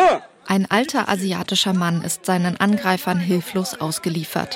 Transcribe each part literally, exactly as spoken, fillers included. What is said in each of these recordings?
Ein alter asiatischer Mann ist seinen Angreifern hilflos ausgeliefert.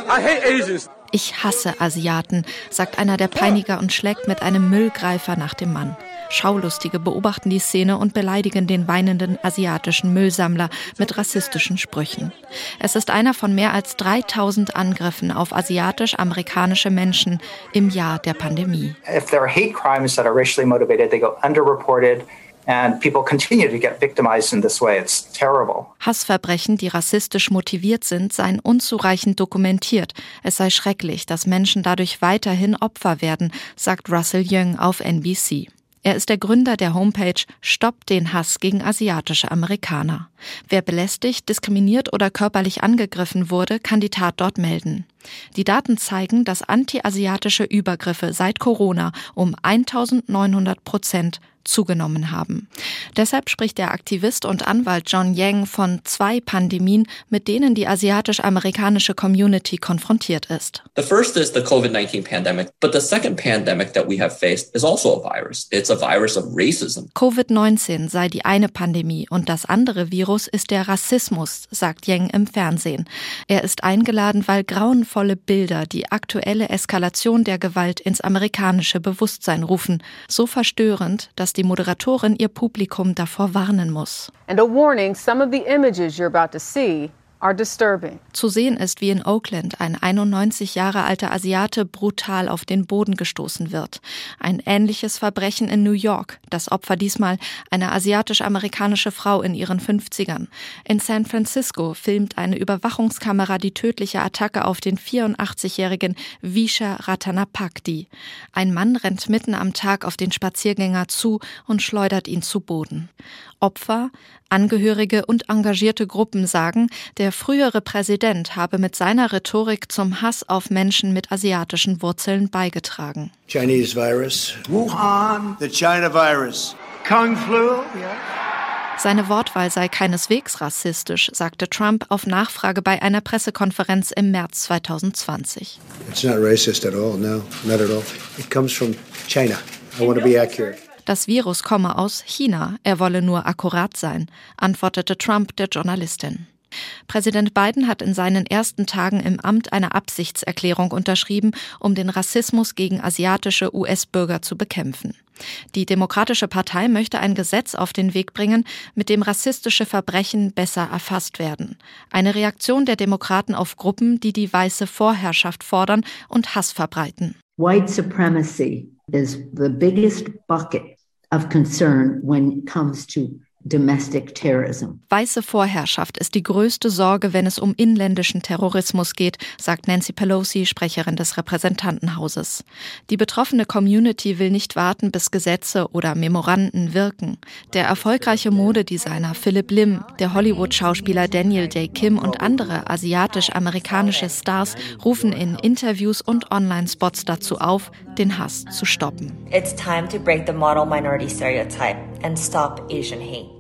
Ich hasse Asiaten, sagt einer der Peiniger und schlägt mit einem Müllgreifer nach dem Mann. Schaulustige beobachten die Szene und beleidigen den weinenden asiatischen Müllsammler mit rassistischen Sprüchen. Es ist einer von mehr als dreitausend Angriffen auf asiatisch-amerikanische Menschen im Jahr der Pandemie. If there are hate crimes that are racially motivated, they go underreported. And people continue to get victimized in this way. It's terrible. Hassverbrechen, die rassistisch motiviert sind, seien unzureichend dokumentiert. Es sei schrecklich, dass Menschen dadurch weiterhin Opfer werden, sagt Russell Yeung auf N B C. Er ist der Gründer der Homepage Stoppt den Hass gegen asiatische Amerikaner. Wer belästigt, diskriminiert oder körperlich angegriffen wurde, kann die Tat dort melden. Die Daten zeigen, dass anti-asiatische Übergriffe seit Corona um eintausendneunhundert Prozent zugenommen haben. Deshalb spricht der Aktivist und Anwalt John Yang von zwei Pandemien, mit denen die asiatisch-amerikanische Community konfrontiert ist. The first is the COVID nineteen pandemic, but the second pandemic that we have faced is also a virus. It's a virus of racism. Covid neunzehn sei die eine Pandemie und das andere Virus ist der Rassismus, sagt Yang im Fernsehen. Er ist eingeladen, weil grauenvolle Bilder die aktuelle Eskalation der Gewalt ins amerikanische Bewusstsein rufen. So verstörend, dass die Moderatorin ihr Publikum davor warnen muss. And a warning, some of the images you're about to see are disturbing. Zu sehen ist, wie in Oakland ein einundneunzig Jahre alter Asiate brutal auf den Boden gestoßen wird. Ein ähnliches Verbrechen in New York, das Opfer diesmal eine asiatisch-amerikanische Frau in ihren fünfzigern. In San Francisco filmt eine Überwachungskamera die tödliche Attacke auf den vierundachtzigjährigen Visha Ratanapakdi. Ein Mann rennt mitten am Tag auf den Spaziergänger zu und schleudert ihn zu Boden. Opfer, Angehörige und engagierte Gruppen sagen, der frühere Präsident habe mit seiner Rhetorik zum Hass auf Menschen mit asiatischen Wurzeln beigetragen. Chinese virus, Wuhan, the China virus, Kung Flu. Yeah. Seine Wortwahl sei keineswegs rassistisch, sagte Trump auf Nachfrage bei einer Pressekonferenz im März zweitausendzwanzig. It's not racist at all, no, not at all. It comes from China. I want to be accurate. Das Virus komme aus China, er wolle nur akkurat sein, antwortete Trump der Journalistin. Präsident Biden hat in seinen ersten Tagen im Amt eine Absichtserklärung unterschrieben, um den Rassismus gegen asiatische U S-Bürger zu bekämpfen. Die Demokratische Partei möchte ein Gesetz auf den Weg bringen, mit dem rassistische Verbrechen besser erfasst werden. Eine Reaktion der Demokraten auf Gruppen, die die weiße Vorherrschaft fordern und Hass verbreiten. White supremacy is the biggest bucket of concern when it comes to domestic terrorism. Weiße Vorherrschaft ist die größte Sorge, wenn es um inländischen Terrorismus geht, sagt Nancy Pelosi, Sprecherin des Repräsentantenhauses. Die betroffene Community will nicht warten, bis Gesetze oder Memoranden wirken. Der erfolgreiche Modedesigner Philip Lim, der Hollywood-Schauspieler Daniel Day Kim und andere asiatisch-amerikanische Stars rufen in Interviews und Online-Spots dazu auf, den Hass zu stoppen. It's time to break the model minority stereotype and stop Asian hate.